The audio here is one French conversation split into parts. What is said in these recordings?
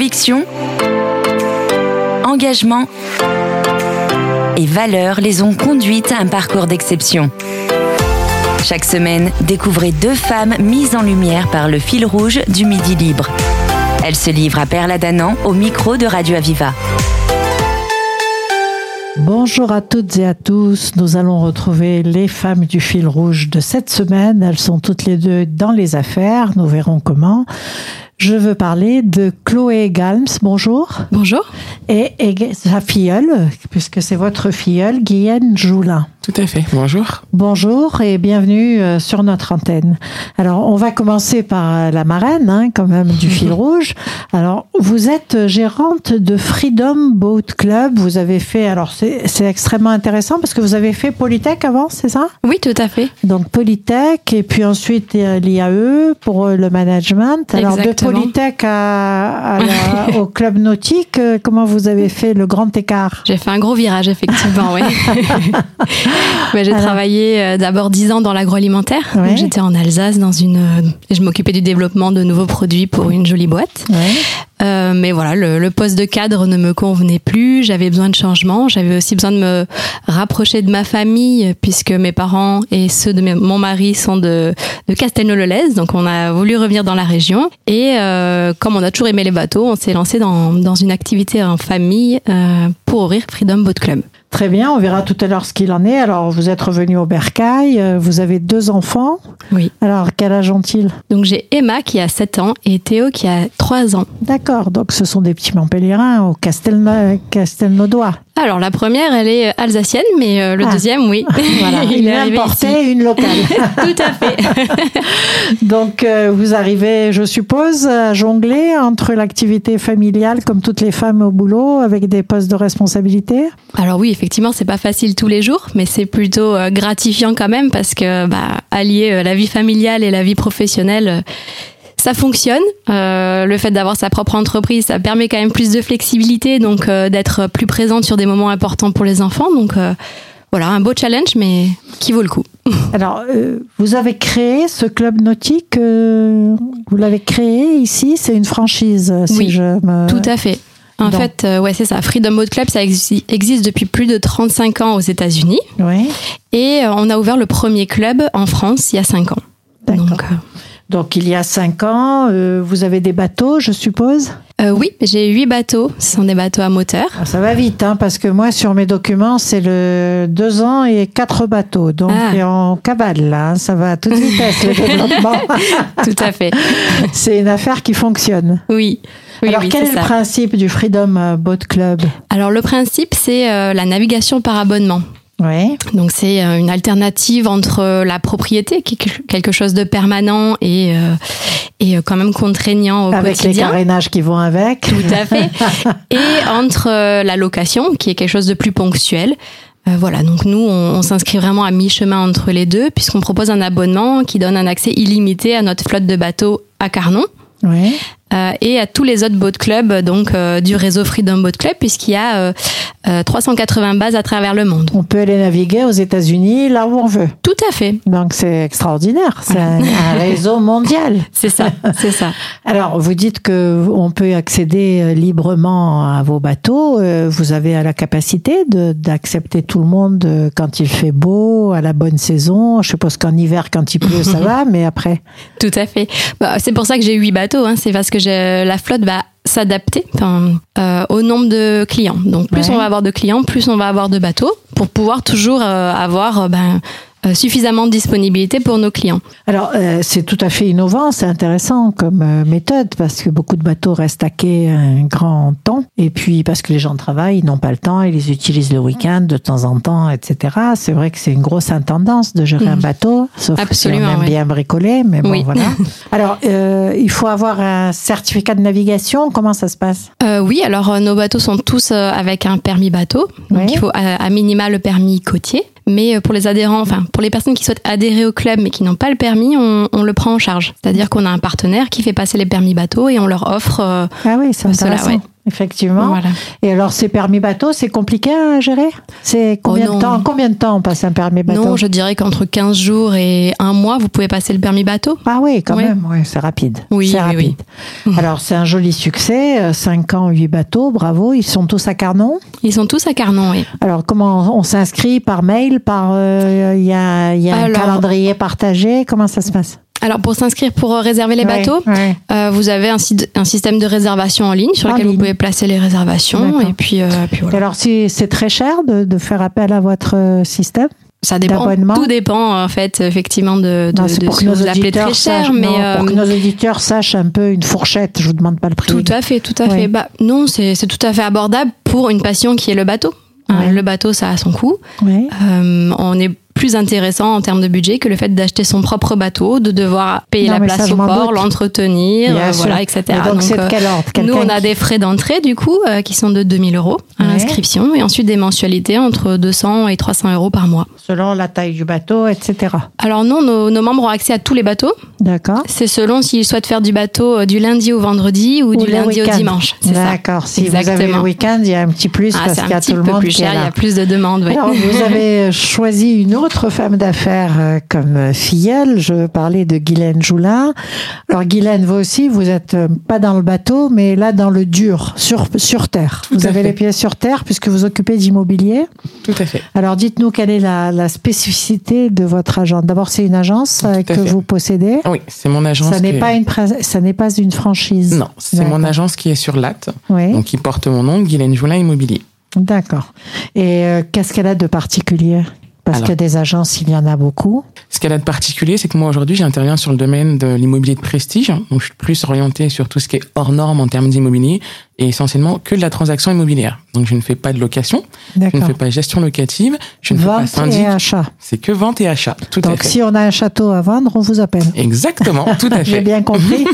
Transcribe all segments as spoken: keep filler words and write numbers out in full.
Conviction, engagement et valeurs les ont conduites à un parcours d'exception. Chaque semaine, découvrez deux femmes mises en lumière par le fil rouge du Midi Libre. Elles se livrent à Perla-Danan au micro de Radio Aviva. Bonjour à toutes et à tous. Nous allons retrouver les femmes du fil rouge de cette semaine. Elles sont toutes les deux dans les affaires. Nous verrons comment. Je veux parler de Chloé Galms. Bonjour. Bonjour. Et, et sa filleule, puisque c'est votre filleule, Guyenne Joulin. Tout à fait. Bonjour. Bonjour et bienvenue sur notre antenne. Alors, on va commencer par la marraine, hein, quand même, du fil rouge. Alors, vous êtes gérante de Freedom Boat Club. Vous avez fait, alors c'est, c'est extrêmement intéressant parce que vous avez fait Polytech avant, c'est ça? Oui, tout à fait. Donc, Polytech et puis ensuite l'I A E pour le management. Alors, Exactement. De Polytech à, à la, au club nautique, comment vous avez fait le grand écart? J'ai fait un gros virage, effectivement, oui. Mais j'ai Alors, travaillé euh, d'abord dix ans dans l'agroalimentaire. Ouais. Donc j'étais en Alsace dans une, euh, je m'occupais du développement de nouveaux produits pour une jolie boîte. Ouais. Euh, mais voilà, le, le poste de cadre ne me convenait plus. J'avais besoin de changement. J'avais aussi besoin de me rapprocher de ma famille puisque mes parents et ceux de mes, mon mari sont de, de Castelnau-le-Lez. Donc on a voulu revenir dans la région. Et euh, comme on a toujours aimé les bateaux, on s'est lancé dans, dans une activité en famille euh, pour ouvrir Freedom Boat Club. Très bien, on verra tout à l'heure ce qu'il en est. Alors, vous êtes revenu au Bercail, vous avez deux enfants. Oui. Alors, quel âge ont-ils? Donc, j'ai Emma qui a sept ans et Théo qui a trois ans. D'accord, donc ce sont des petits Montpelliérains au Castelnau- Castelnaudois. Alors, la première, elle est alsacienne, mais euh, le ah. deuxième, oui. Voilà, il est importé, une locale. Tout à fait. Donc, euh, vous arrivez, je suppose, à jongler entre l'activité familiale, comme toutes les femmes au boulot, avec des postes de responsabilité? Alors oui, effectivement, c'est pas facile tous les jours, mais c'est plutôt euh, gratifiant quand même, parce que bah, allier euh, la vie familiale et la vie professionnelle... Euh, ça fonctionne. Euh, le fait d'avoir sa propre entreprise, ça permet quand même plus de flexibilité, donc euh, d'être plus présente sur des moments importants pour les enfants. Donc euh, voilà, un beau challenge, mais qui vaut le coup. Alors, euh, vous avez créé ce club nautique, euh, vous l'avez créé ici, c'est une franchise, si oui, je me... tout à fait. En donc. fait, euh, ouais, c'est ça. Freedom Boat Club, ça exi- existe depuis plus de trente-cinq ans aux États-Unis. Oui. Et euh, on a ouvert le premier club en France il y a cinq ans. D'accord. Donc, euh, Donc, il y a cinq ans, euh, vous avez des bateaux, je suppose? euh, Oui, j'ai huit bateaux. Ce sont des bateaux à moteur. Ah, ça va vite, hein, parce que moi, sur mes documents, c'est le deux ans et quatre bateaux. Donc, ah. on cavale, là. Hein, ça va à toute vitesse, le développement. Tout à fait. C'est une affaire qui fonctionne. Oui. Oui, Alors, oui, quel est, est le principe du Freedom Boat Club? Alors, le principe, c'est euh, la navigation par abonnement. Ouais. Donc c'est une alternative entre la propriété, qui est quelque chose de permanent et, euh, et quand même contraignant au avec quotidien. Avec les carénages qui vont avec. Tout à fait. Et entre la location, qui est quelque chose de plus ponctuel. Euh, voilà, donc nous, on, on s'inscrit vraiment à mi-chemin entre les deux, puisqu'on propose un abonnement qui donne un accès illimité à notre flotte de bateaux à Carnon. Ouais. Euh, et à tous les autres boat clubs donc euh, du réseau Freedom Boat Club, puisqu'il y a euh, euh, trois cent quatre-vingts bases à travers le monde. On peut aller naviguer aux États-Unis là où on veut. Tout à fait. Donc c'est extraordinaire, c'est voilà. un, un réseau mondial. C'est ça, c'est ça. Alors vous dites que on peut accéder librement à vos bateaux. Vous avez la capacité de, d'accepter tout le monde quand il fait beau, à la bonne saison. Je suppose qu'en hiver, quand il pleut, ça va, mais après. Tout à fait. Bah, c'est pour ça que j'ai huit bateaux. Hein. C'est parce que j'ai, la flotte va s'adapter enfin, euh, au nombre de clients. Donc plus ouais. on va avoir de clients, plus on va avoir de bateaux pour pouvoir toujours euh, avoir euh, ben, euh, suffisamment de disponibilité pour nos clients. Alors euh, c'est tout à fait innovant, c'est intéressant comme euh, méthode parce que beaucoup de bateaux restent à quai un grand temps et puis parce que les gens travaillent, ils n'ont pas le temps, ils les utilisent le week-end de temps en temps, et cetera. C'est vrai que c'est une grosse intendance de gérer mmh. un bateau, sauf Absolument, si on aime oui. bien bricoler, mais bon oui. voilà. Alors euh, il faut avoir un certificat de navigation, comment ça se passe? euh, Oui, alors euh, nos bateaux sont tous euh, avec un permis bateau, donc oui. il faut à, à minima le permis côtier. Mais pour les adhérents, enfin pour les personnes qui souhaitent adhérer au club mais qui n'ont pas le permis, on, on le prend en charge. C'est-à-dire qu'on a un partenaire qui fait passer les permis bateaux et on leur offre euh, ah oui, c'est cela. Ouais. effectivement. Voilà. Et alors, ces permis bateau, c'est compliqué à gérer? C'est combien oh de temps, combien de temps on passe un permis bateau? Non, je dirais qu'entre quinze jours et un mois, vous pouvez passer le permis bateau. Ah oui, quand oui. même, ouais, c'est rapide. Oui, c'est oui, rapide. Oui. Alors, c'est un joli succès, cinq ans, huit bateaux, bravo. Ils sont tous à Carnon? Ils sont tous à Carnon, oui. Alors, comment on s'inscrit? Par mail? Par il euh, y a, y a Alors, un calendrier partagé? Comment ça se passe? Alors, pour s'inscrire pour réserver les bateaux, ouais, ouais. Euh, vous avez un, site, un système de réservation en ligne sur en lequel ligne. Vous pouvez placer les réservations. Et puis, euh, puis voilà. Et alors, si c'est très cher de, de faire appel à votre système? Ça dépend. Tout dépend, en fait, effectivement, de, de, non, de ce que vous appelez très cher. Sachent, mais non, euh, pour que nos auditeurs sachent un peu une fourchette, je vous demande pas le prix. Tout à fait, tout à ouais. fait. Bah, non, c'est, c'est tout à fait abordable pour une passion qui est le bateau. Ouais. Euh, le bateau, ça a son coût. Ouais. Euh, on est plus intéressant en termes de budget que le fait d'acheter son propre bateau, de devoir payer non, la place au port, l'entretenir, euh, voilà, et cetera. Donc, donc c'est de quel ordre? Nous, on a des frais d'entrée, du coup, euh, qui sont de deux mille euros à ouais. l'inscription, et ensuite des mensualités entre deux cents et trois cents euros par mois. Selon la taille du bateau, et cetera. Alors non, nos, nos membres ont accès à tous les bateaux. D'accord. C'est selon s'ils souhaitent faire du bateau du lundi au vendredi ou, ou du lundi week-end. Au dimanche. C'est D'accord. Ça. Si Exactement. Vous avez le week-end, il y a un petit plus ah, parce qu'il y a tout le monde plus cher, qui est là. Il y a plus de demandes. Oui. Alors, vous avez choisi une autre femme d'affaires comme filleule. Je parlais de Guylaine Joulin. Alors, Guylaine, vous aussi, vous êtes pas dans le bateau, mais là, dans le dur, sur, sur terre. Tout vous avez fait. les pieds sur terre puisque vous occupez d'immobilier. Tout à fait. Alors, dites-nous quelle est la, la spécificité de votre agence. D'abord, c'est une agence Tout que vous possédez. Oui, c'est mon agence. Ça n'est qui pas est... une, ça n'est pas une franchise. Non, c'est D'accord. mon agence qui est sur Latte, oui. donc qui porte mon nom, Guylaine Joulin Immobilier. D'accord. Et euh, qu'est-ce qu'elle a de particulier ? Parce Alors, que des agences, il y en a beaucoup. Ce qu'elle a de particulier, c'est que moi, aujourd'hui, j'interviens sur le domaine de l'immobilier de prestige. Donc, je suis plus orienté sur tout ce qui est hors norme en termes d'immobilier et essentiellement que de la transaction immobilière. Donc, je ne fais pas de location. D'accord. Je ne fais pas de gestion locative. Je ne vente fais pas syndic. Et achat. C'est que vente et achat. Tout Donc, à fait. si on a un château à vendre, on vous appelle. Exactement. Tout à fait. J'ai bien compris.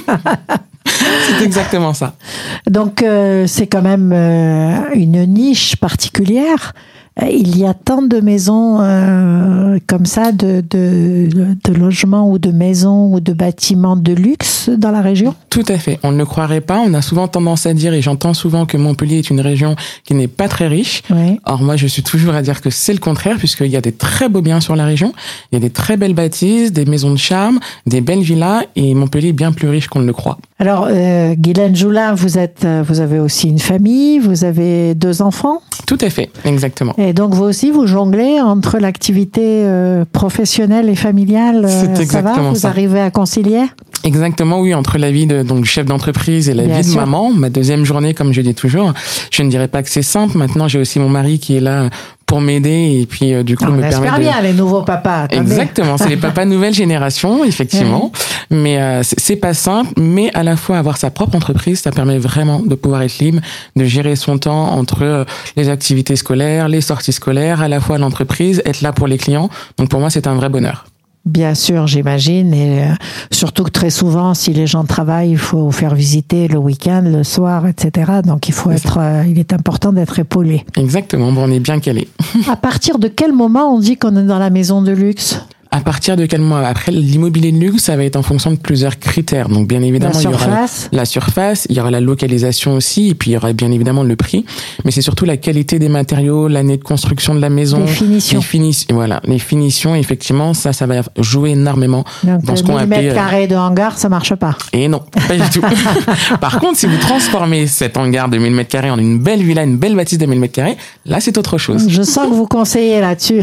C'est exactement ça. Donc, euh, c'est quand même euh, une niche particulière. Il y a tant de maisons euh, comme ça, de, de, de logements ou de maisons ou de bâtiments de luxe dans la région ? Tout à fait. On ne le croirait pas. On a souvent tendance à dire, et j'entends souvent que Montpellier est une région qui n'est pas très riche. Oui. Or, moi, je suis toujours à dire que c'est le contraire, puisqu'il y a des très beaux biens sur la région. Il y a des très belles bâtisses, des maisons de charme, des belles villas, et Montpellier est bien plus riche qu'on ne le croit. Alors, euh, Guylaine Joulin, vous êtes, vous avez aussi une famille, vous avez deux enfants ? Tout à fait, exactement. Et donc, vous aussi, vous jonglez entre l'activité euh, professionnelle et familiale. C'est euh, exactement ça va ? Vous ça. arrivez à concilier ? Exactement, oui, entre la vie de donc chef d'entreprise et la Bien vie sûr. de maman. Ma deuxième journée, comme je dis toujours, je ne dirais pas que c'est simple. Maintenant, j'ai aussi mon mari qui est là pour m'aider et puis euh, du coup on me permet de... bien les nouveaux papas. Attendez. Exactement, c'est les papas nouvelle génération, effectivement. Oui. Mais euh, c'est, c'est pas simple, mais à la fois avoir sa propre entreprise, ça permet vraiment de pouvoir être libre, de gérer son temps entre euh, les activités scolaires, les sorties scolaires, à la fois l'entreprise, être là pour les clients. Donc pour moi, c'est un vrai bonheur. Bien sûr, j'imagine, et euh, surtout que très souvent, si les gens travaillent, il faut faire visiter le week-end, le soir, et cetera. Donc il faut être, euh, il est important d'être épaulé. Exactement, bon, on est bien calé. À partir de quel moment on dit qu'on est dans la maison de luxe ? À partir de quel mois ? Après, l'immobilier de luxe, ça va être en fonction de plusieurs critères. Donc, bien évidemment, il y aura la, la surface, il y aura la localisation aussi, et puis il y aura bien évidemment le prix. Mais c'est surtout la qualité des matériaux, l'année de construction de la maison. Les finitions. Les finitions, voilà. Les finitions, effectivement, ça, ça va jouer énormément. Donc, dans ce qu'on appelle. mille mètres carrés de hangar, ça marche pas. Et non, pas du tout. Par contre, si vous transformez cet hangar de mille mètres carrés en une belle villa, une belle bâtisse de mille mètres carrés, là, c'est autre chose. Je sens que vous conseillez là-dessus.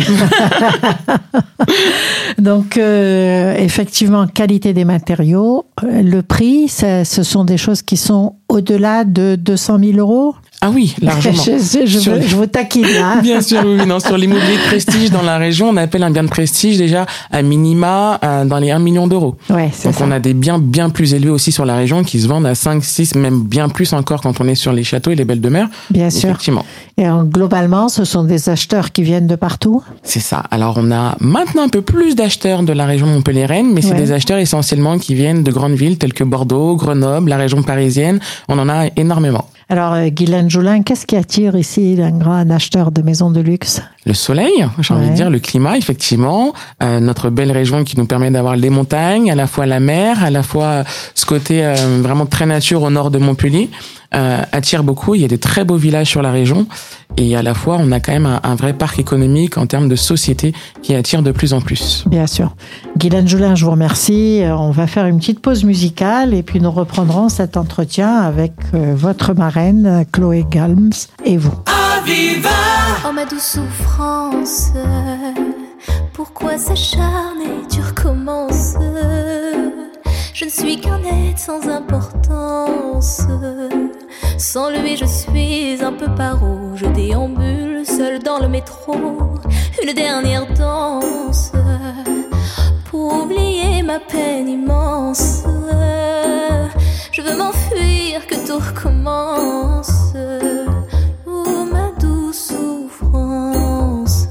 Donc, euh, Euh, effectivement, qualité des matériaux, le prix, ça, ce sont des choses qui sont au-delà de deux cent mille euros. Ah oui, largement. je, je, je, sur... je vous taquine là. Bien sûr, oui, non. Sur l'immobilier de prestige dans la région, on appelle un bien de prestige déjà à minima euh, dans les un million d'euros. Ouais, c'est Donc ça. on a des biens bien plus élevés aussi sur la région qui se vendent à cinq, six, même bien plus encore quand on est sur les châteaux et les belles demeures. Bien sûr. Effectivement. Et alors, globalement, ce sont des acheteurs qui viennent de partout. C'est ça. Alors on a maintenant un peu plus d'acheteurs de la région montpelliéraine, mais c'est ouais. des acheteurs essentiellement qui viennent de grandes villes telles que Bordeaux, Grenoble, la région parisienne. On en a énormément. Alors, euh, Guylaine Joulin, qu'est-ce qui attire ici un grand acheteur de maisons de luxe ? Le soleil, j'ai ouais. envie de dire, le climat, effectivement, euh, notre belle région qui nous permet d'avoir les montagnes, à la fois la mer, à la fois ce côté euh, vraiment très nature au nord de Montpellier. euh, attire beaucoup. Il y a des très beaux villages sur la région et à la fois, on a quand même un, un vrai parc économique en termes de société qui attire de plus en plus. Bien sûr. Guylaine Joulin, je vous remercie. On va faire une petite pause musicale et puis nous reprendrons cet entretien avec euh, votre marraine, Chloé Galms, et vous. Aviva! Oh ma douce souffrance, pourquoi s'acharner, tu recommences? Je ne suis qu'un être sans importance. Sans lui je suis un peu paro. Je déambule seul dans le métro. Une dernière danse pour oublier ma peine immense. Je veux m'enfuir, que tout recommence. Oh ma douce souffrance.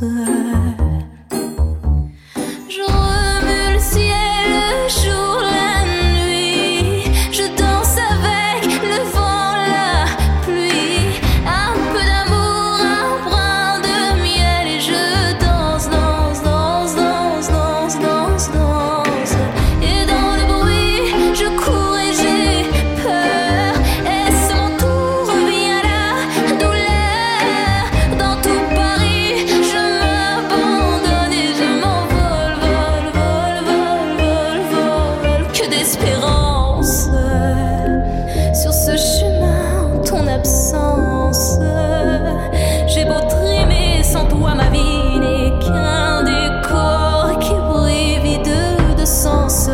Je remue le ciel, le jour, la nuit. Je danse avec le vent, la pluie. Un peu d'amour, un brin de miel. Et je danse, danse, danse, danse, danse, danse, danse. Et dans le bruit, je cours et j'ai peur. Est-ce mon tour, revient la douleur. Dans tout Paris, je m'abandonne et je m'envole, vol, vol, vol, vol, vol. Que d'espérance sur ce chemin en ton absence. J'ai beau trimer, sans toi ma vie n'est qu'un décor qui brille vide de sens.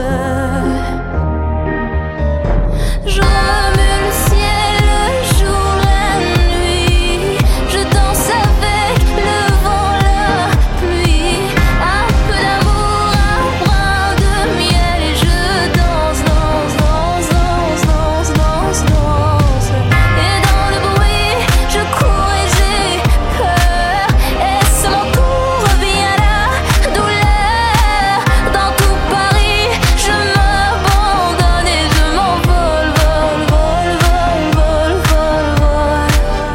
Je remue le ciel, le jour, la nuit. Je danse avec le vent, la pluie. Un peu d'amour, un brin de miel. Et je danse, danse, danse, danse, danse, danse, danse. Et dans le bruit, je cours et j'ai peur. Est-ce mon tour, revient la douleur. Dans tout Paris, je m'abandonne et je m'envole, vol, vol, vol, vol, vol, vol.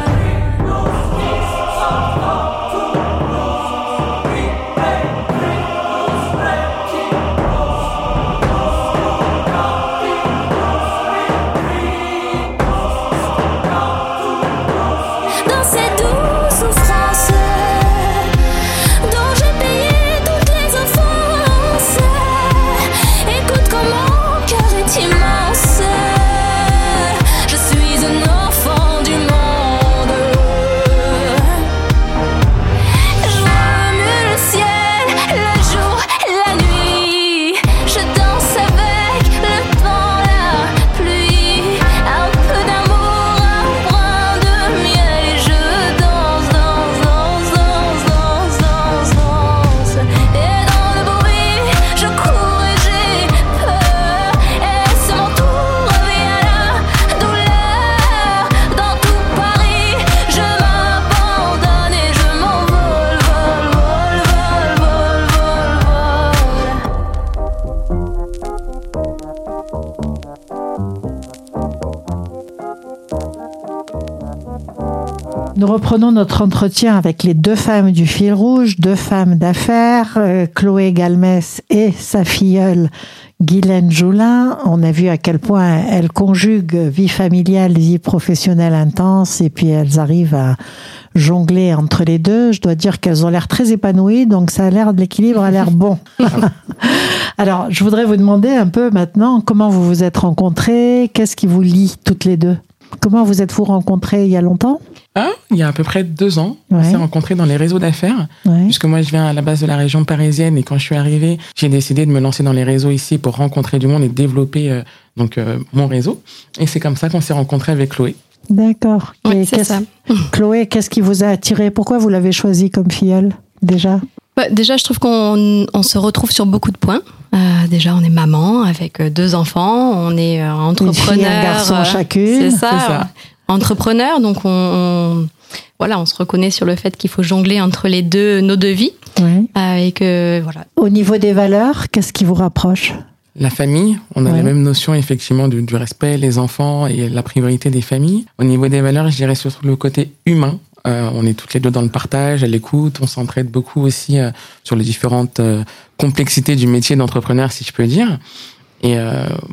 Dans ces douces souffrances dont j'ai payé toutes les offenses, écoute comme mon cœur est immense. Je suis un enfant du monde. Je remue le ciel, le jour, la nuit. Je danse avec le vent, la pluie. Un peu d'amour, un brin de miel. Et je danse, danse, danse, danse, danse, danse, danse. Et dans le bruit, je cours et j'ai peur. Est-ce mon tour, revient la douleur. Dans tout Paris, je m'abandonne et je m'envole, vol, vol, vol, vol, vol, vol. Nous reprenons notre entretien avec les deux femmes du fil rouge, deux femmes d'affaires, euh, Chloé Galmes et sa filleule Guylaine Joulin. On a vu à quel point elles conjuguent vie familiale, vie professionnelle intense, et puis elles arrivent à jongler entre les deux. Je dois dire qu'elles ont l'air très épanouies, donc ça a l'air de l'équilibre a l'air bon. Alors, je voudrais vous demander un peu maintenant comment vous vous êtes rencontrées, qu'est-ce qui vous lie toutes les deux? Comment vous êtes-vous rencontrées il y a longtemps? Ah, il y a à peu près deux ans, Ouais. on s'est rencontrés dans les réseaux d'affaires, Ouais. puisque moi je viens à la base de la région parisienne et quand je suis arrivée, j'ai décidé de me lancer dans les réseaux ici pour rencontrer du monde et développer euh, donc euh, mon réseau. Et c'est comme ça qu'on s'est rencontrés avec Chloé. D'accord. Oui, Et c'est qu'est-ce- ça. Chloé, qu'est-ce qui vous a attiré? Pourquoi vous l'avez choisie comme filleule, déjà? Bah, déjà, je trouve qu'on on se retrouve sur beaucoup de points. Euh, déjà, on est maman avec euh, deux enfants, on est euh, entrepreneur. Une fille, un garçon euh, chacune. C'est ça. C'est ça. euh, Entrepreneur, donc on, on- voilà, on se reconnaît sur le fait qu'il faut jongler entre les deux, nos deux vies, Ouais. euh, et que voilà. Au niveau des valeurs, qu'est-ce qui vous rapproche? La famille, on a Ouais. la même notion effectivement du, du respect, les enfants et la priorité des familles. Au niveau des valeurs, je dirais surtout le côté humain. Euh, on est toutes les deux dans le partage, à l'écoute, on s'entraide beaucoup aussi euh, sur les différentes euh, complexités du métier d'entrepreneur, si je peux dire. Et euh,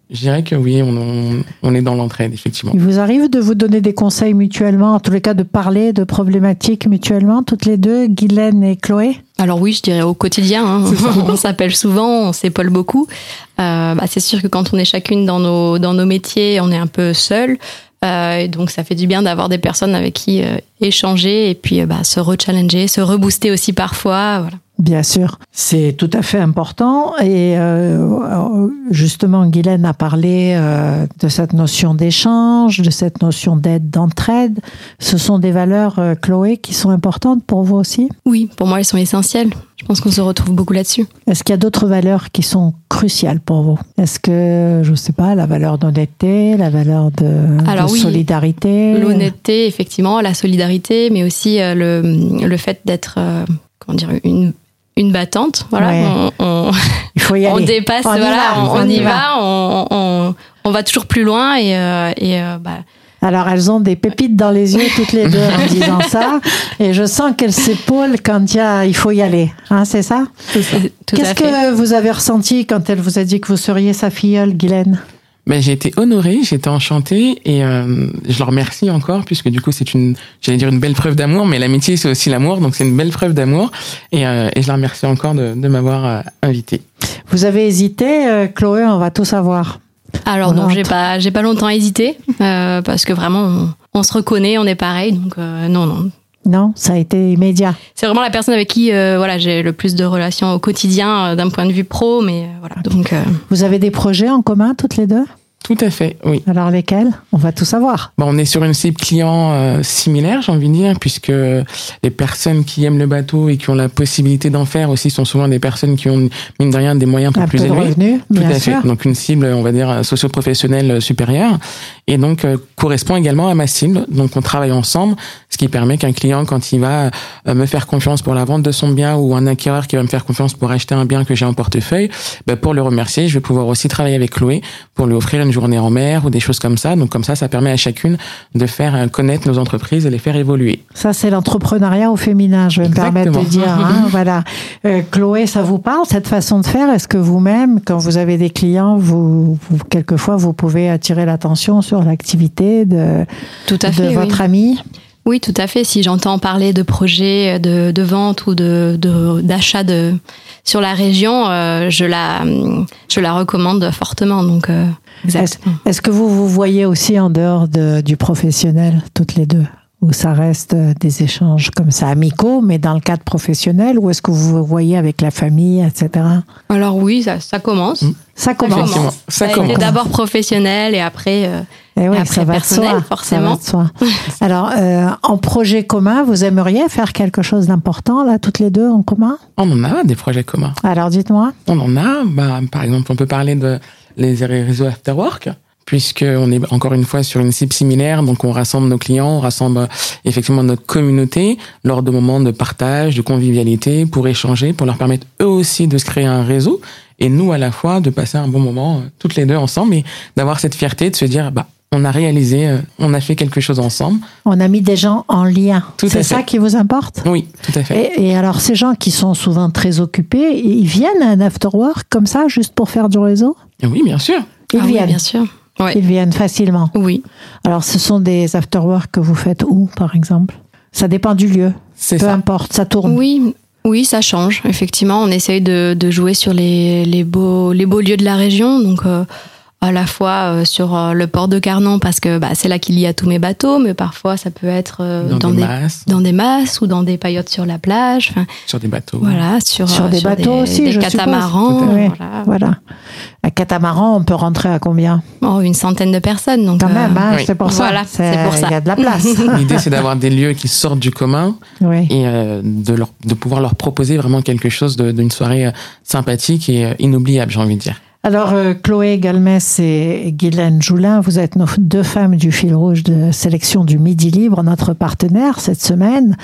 Je dirais que oui, on, on, on est dans l'entraide, effectivement. Il vous arrive de vous donner des conseils mutuellement, en tous les cas de parler de problématiques mutuellement, toutes les deux, Guylaine et Chloé? Alors oui, je dirais au quotidien. Hein. On s'appelle souvent, on s'épaule beaucoup. Euh, bah, c'est sûr que quand on est chacune dans nos, dans nos métiers, on est un peu seul. Euh, et donc ça fait du bien d'avoir des personnes avec qui euh, échanger et puis euh, bah, se rechallenger, se rebooster aussi parfois. Voilà. Bien sûr, c'est tout à fait important. Et euh, justement, Guylaine a parlé euh, de cette notion d'échange, de cette notion d'aide, d'entraide. Ce sont des valeurs, euh, Chloé, qui sont importantes pour vous aussi? Oui, pour moi, elles sont essentielles. Je pense qu'on se retrouve beaucoup là-dessus. Est-ce qu'il y a d'autres valeurs qui sont cruciales pour vous? Est-ce que, je ne sais pas, la valeur d'honnêteté, la valeur de, Alors, de oui, solidarité? L'honnêteté, effectivement, la solidarité, mais aussi euh, le, le fait d'être, euh, comment dire, une une battante, voilà, ouais. on, on, il faut y aller. On dépasse, on voilà, va, on, on, on y va, va, on, on, on va toujours plus loin et, euh, et euh, bah. Alors elles ont des pépites dans les yeux toutes les deux en disant ça, et je sens qu'elles s'épaulent quand il y a, il faut y aller, hein, c'est ça? Tout, tout Qu'est-ce que vous avez ressenti quand elle vous a dit que vous seriez sa filleule, Guylaine? Ben, j'ai été honorée, j'ai été enchantée et euh, je leur remercie encore puisque du coup c'est une, j'allais dire une belle preuve d'amour, mais l'amitié c'est aussi l'amour, donc c'est une belle preuve d'amour et, euh, et je leur remercie encore de, de m'avoir euh, invitée. Vous avez hésité, euh, Chloé, on va tout savoir. Alors non, j'ai pas, j'ai pas longtemps hésité euh, parce que vraiment on, on se reconnaît, on est pareil, donc euh, non, non. Non, ça a été immédiat. C'est vraiment la personne avec qui euh, voilà, j'ai le plus de relations au quotidien euh, d'un point de vue pro, mais euh, voilà. Donc, euh... Vous avez des projets en commun toutes les deux? Tout à fait, oui. Alors lesquels? On va tout savoir. Bon, on est sur une cible client euh, similaire, j'ai envie de dire, puisque les personnes qui aiment le bateau et qui ont la possibilité d'en faire aussi sont souvent des personnes qui ont, mine de rien, des moyens un peu un plus peu élevés. Revenus, tout bien à sûr. fait. Donc une cible, on va dire, socio-professionnelle supérieure, et donc euh, correspond également à ma cible. Donc on travaille ensemble, ce qui permet qu'un client, quand il va euh, me faire confiance pour la vente de son bien, ou un acquéreur qui va me faire confiance pour acheter un bien que j'ai en portefeuille, bah, pour le remercier, je vais pouvoir aussi travailler avec Chloé pour lui offrir une journée en mer ou des choses comme ça. Donc comme ça, ça permet à chacune de faire connaître nos entreprises et les faire évoluer. Ça, c'est l'entrepreneuriat au féminin, je vais Exactement. me permettre de dire. Hein, voilà. Euh, Chloé, ça vous parle, cette façon de faire? Est-ce que vous-même, quand vous avez des clients, vous, vous quelquefois, vous pouvez attirer l'attention sur l'activité de, tout à fait, de votre oui. ami? Oui, tout à fait. Si j'entends parler de projets de, de vente ou de, de, d'achat de, sur la région, euh, je, la, je la recommande fortement. Donc, euh, est-ce, est-ce que vous vous voyez aussi en dehors de, du professionnel, toutes les deux? Ou ça reste des échanges comme ça, amicaux, mais dans le cadre professionnel, ou est-ce que vous vous voyez avec la famille, et cetera? Alors oui, ça, ça commence. Mmh. Ça commence. Ça commence. Ça ça commence. D'abord professionnel et après, euh, et oui, et après ça va personnel, de soi, forcément. Ça va de soi. Alors, euh, en projet commun, vous aimeriez faire quelque chose d'important, là, toutes les deux, en commun? On en a des projets communs. Alors, dites-moi. On en a. Bah, par exemple, on peut parler de les réseaux Afterwork, puisqu'on est encore une fois sur une cible similaire, donc on rassemble nos clients, on rassemble effectivement notre communauté lors de moments de partage, de convivialité, pour échanger, pour leur permettre eux aussi de se créer un réseau, et nous à la fois de passer un bon moment toutes les deux ensemble, et d'avoir cette fierté de se dire, bah, on a réalisé, on a fait quelque chose ensemble. On a mis des gens en lien. Tout C'est ça qui vous importe? Oui, tout à fait. Et, et alors, ces gens qui sont souvent très occupés, ils viennent à un afterwork comme ça, juste pour faire du réseau? Oui, bien sûr. Ils ah viennent. Oui, bien sûr. Ouais. Ils viennent facilement. Oui. Alors, ce sont des afterwork que vous faites où, par exemple? Ça dépend du lieu. C'est Peu ça. importe, ça tourne. Oui, oui, ça change. Effectivement, on essaye de, de jouer sur les, les, beaux, les beaux lieux de la région. Donc, euh, à la fois euh, sur euh, le port de Carnon, parce que bah, c'est là qu'il y a tous mes bateaux, mais parfois ça peut être euh, dans, dans, des des, masses. dans des masses ou dans des paillotes sur la plage. Sur des bateaux. Voilà, sur, sur des sur bateaux des, aussi, des je catamarans. suppose. Oui, voilà. voilà. Un catamaran, on peut rentrer à combien? Oh, une centaine de personnes. Donc, Quand euh, même, hein, oui. c'est pour ça. Voilà, c'est, c'est pour ça. Il y a de la place. L'idée, c'est d'avoir des lieux qui sortent du commun, oui. et euh, de, leur, de pouvoir leur proposer vraiment quelque chose de, d'une soirée sympathique et euh, inoubliable, j'ai envie de dire. Alors, euh, Chloé Galmès et Guylaine Joulin, vous êtes nos deux femmes du fil rouge de sélection du Midi Libre, notre partenaire cette semaine.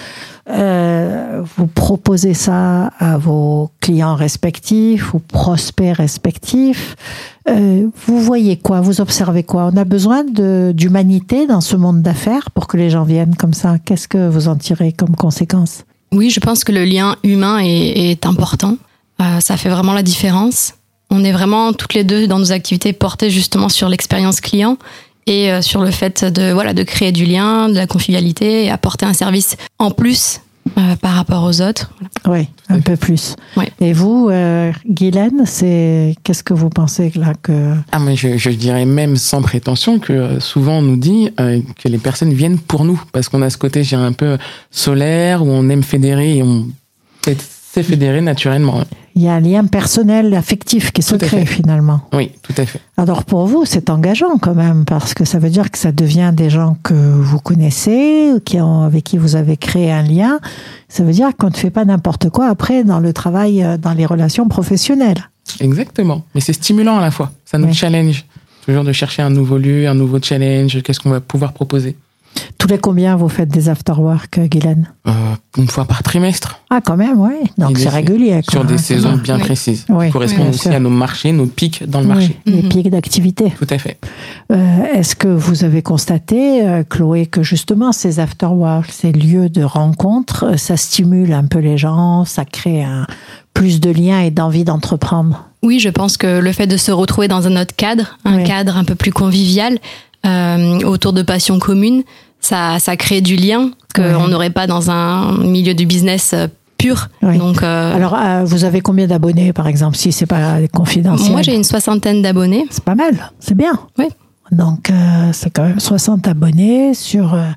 Euh, vous proposez ça à vos clients respectifs, aux prospects respectifs. Euh, vous voyez quoi? Vous observez quoi? On a besoin de, d'humanité dans ce monde d'affaires pour que les gens viennent comme ça. Qu'est-ce que vous en tirez comme conséquence? Oui, je pense que le lien humain est, est important. Euh, ça fait vraiment la différence. On est vraiment toutes les deux dans nos activités portées justement sur l'expérience client et euh, sur le fait de, voilà, de créer du lien, de la convivialité et apporter un service en plus euh, par rapport aux autres. Voilà. Oui, un oui. peu plus. Oui. Et vous, euh, Guylaine, c'est... qu'est-ce que vous pensez là que... Ah, mais je, je dirais même sans prétention que souvent on nous dit euh, que les personnes viennent pour nous parce qu'on a ce côté, je dirais, un peu solaire où on aime fédérer et on s'est fédéré naturellement. Il y a un lien personnel, affectif qui se crée finalement. Oui, tout à fait. Alors pour vous, c'est engageant quand même, parce que ça veut dire que ça devient des gens que vous connaissez, qui ont, avec qui vous avez créé un lien. Ça veut dire qu'on ne fait pas n'importe quoi après dans le travail, dans les relations professionnelles. Exactement. Mais c'est stimulant à la fois. Ça nous oui. challenge. Toujours de chercher un nouveau lieu, un nouveau challenge. Qu'est-ce qu'on va pouvoir proposer? Tous les combien vous faites des after-work, Guylaine? euh, Une fois par trimestre. Ah, quand même, oui. Donc c'est régulier. Sur des saisons bien oui. précises. Oui. Qui correspondent oui, aussi à nos marchés, nos pics dans le oui. marché. Les mm-hmm. pics d'activité. Tout à fait. Euh, est-ce que vous avez constaté, euh, Chloé, que justement ces after-work, ces lieux de rencontre, ça stimule un peu les gens, ça crée un, plus de liens et d'envie d'entreprendre? Oui, je pense que le fait de se retrouver dans un autre cadre, un oui. cadre un peu plus convivial, euh, autour de passions communes, ça, ça crée du lien qu'on n'aurait oui. pas dans un milieu du business pur. Oui. Donc, euh... Alors, euh, vous avez combien d'abonnés, par exemple, si c'est pas confidentiel? Moi, j'ai une soixantaine d'abonnés. C'est pas mal, c'est bien. Oui. Donc, euh, c'est quand même soixante abonnés sur euh,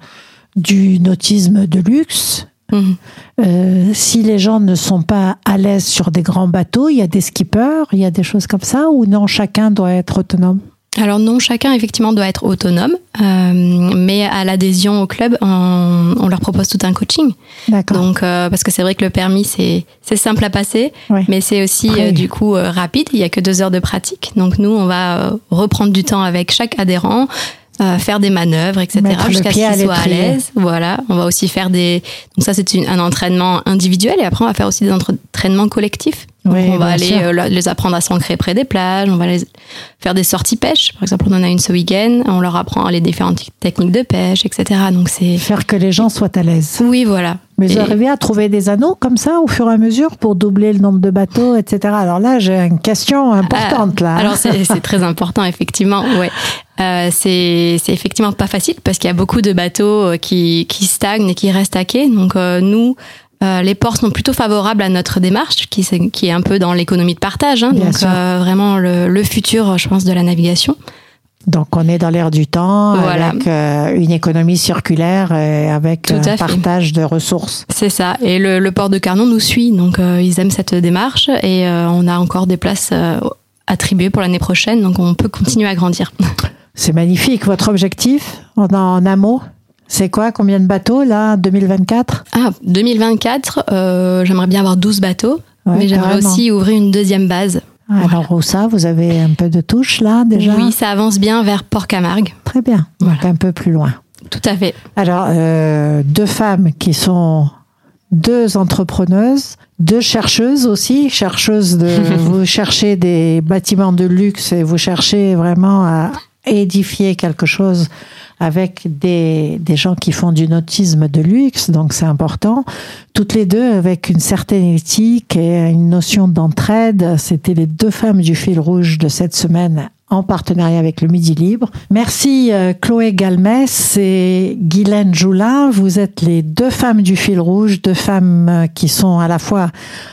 du nautisme de luxe. Mmh. Euh, si les gens ne sont pas à l'aise sur des grands bateaux, il y a des skippers, il y a des choses comme ça, ou non, chacun doit être autonome? Alors non, chacun effectivement doit être autonome, euh, mais à l'adhésion au club, on, on leur propose tout un coaching. D'accord. Donc euh, parce que c'est vrai que le permis c'est c'est simple à passer, oui. mais c'est aussi euh, du coup euh, rapide. Il y a que deux heures de pratique, donc nous on va euh, reprendre du temps avec chaque adhérent. Euh, faire des manœuvres, et cetera, jusqu'à ce qu'ils soient à l'aise. Voilà. On va aussi faire des. Donc ça, c'est une, un entraînement individuel, et après, on va faire aussi des entraînements collectifs. Donc oui, on va aller euh, les apprendre à s'ancrer près des plages. On va les faire des sorties pêche. Par exemple, on en a une ce week-end. On leur apprend les différentes techniques de pêche, et cetera. Donc c'est faire que les gens soient à l'aise. Oui, voilà. Mais vous et... arrivez à trouver des anneaux comme ça au fur et à mesure pour doubler le nombre de bateaux, et cetera. Alors là, j'ai une question importante ah, là. Alors c'est, c'est très important effectivement. Ouais. Euh, c'est, c'est effectivement pas facile parce qu'il y a beaucoup de bateaux qui, qui stagnent et qui restent à quai. Donc euh, nous, euh, les ports sont plutôt favorables à notre démarche, qui, qui est un peu dans l'économie de partage. Hein, donc euh, vraiment le, le futur, je pense, de la navigation. Donc on est dans l'ère du temps, voilà. Avec euh, une économie circulaire et avec un partage de ressources. C'est ça. Et le, le port de Carnon nous suit, donc euh, ils aiment cette démarche et euh, on a encore des places euh, attribuées pour l'année prochaine, donc on peut continuer à grandir. C'est magnifique. Votre objectif en, en un mot, c'est quoi? Combien de bateaux là, deux mille vingt-quatre? Ah, deux mille vingt-quatre, euh, j'aimerais bien avoir douze bateaux, ouais, mais j'aimerais carrément. aussi ouvrir une deuxième base. Alors, voilà. Où ça, vous avez un peu de touche là déjà? Oui, ça avance bien vers Port-Camargue. Très bien, voilà. Donc un peu plus loin. Tout à fait. Alors, euh, deux femmes qui sont deux entrepreneuses, deux chercheuses aussi, chercheuses de... vous cherchez des bâtiments de luxe et vous cherchez vraiment à édifier quelque chose avec des, des gens qui font du nautisme de luxe, donc c'est important. Toutes les deux avec une certaine éthique et une notion d'entraide. C'était les deux femmes du fil rouge de cette semaine en partenariat avec le Midi Libre. Merci euh, Chloé Galmès et Guylaine Joulin. Vous êtes les deux femmes du fil rouge, deux femmes qui sont à la fois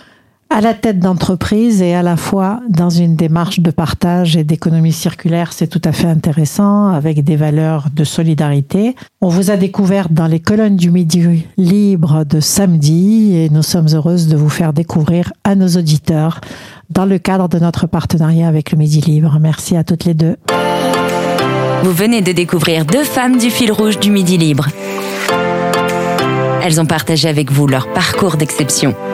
à la tête d'entreprise et à la fois dans une démarche de partage et d'économie circulaire. C'est tout à fait intéressant avec des valeurs de solidarité. On vous a découvert dans les colonnes du Midi Libre de samedi et nous sommes heureuses de vous faire découvrir à nos auditeurs dans le cadre de notre partenariat avec le Midi Libre. Merci à toutes les deux. Vous venez de découvrir deux femmes du fil rouge du Midi Libre. Elles ont partagé avec vous leur parcours d'exception.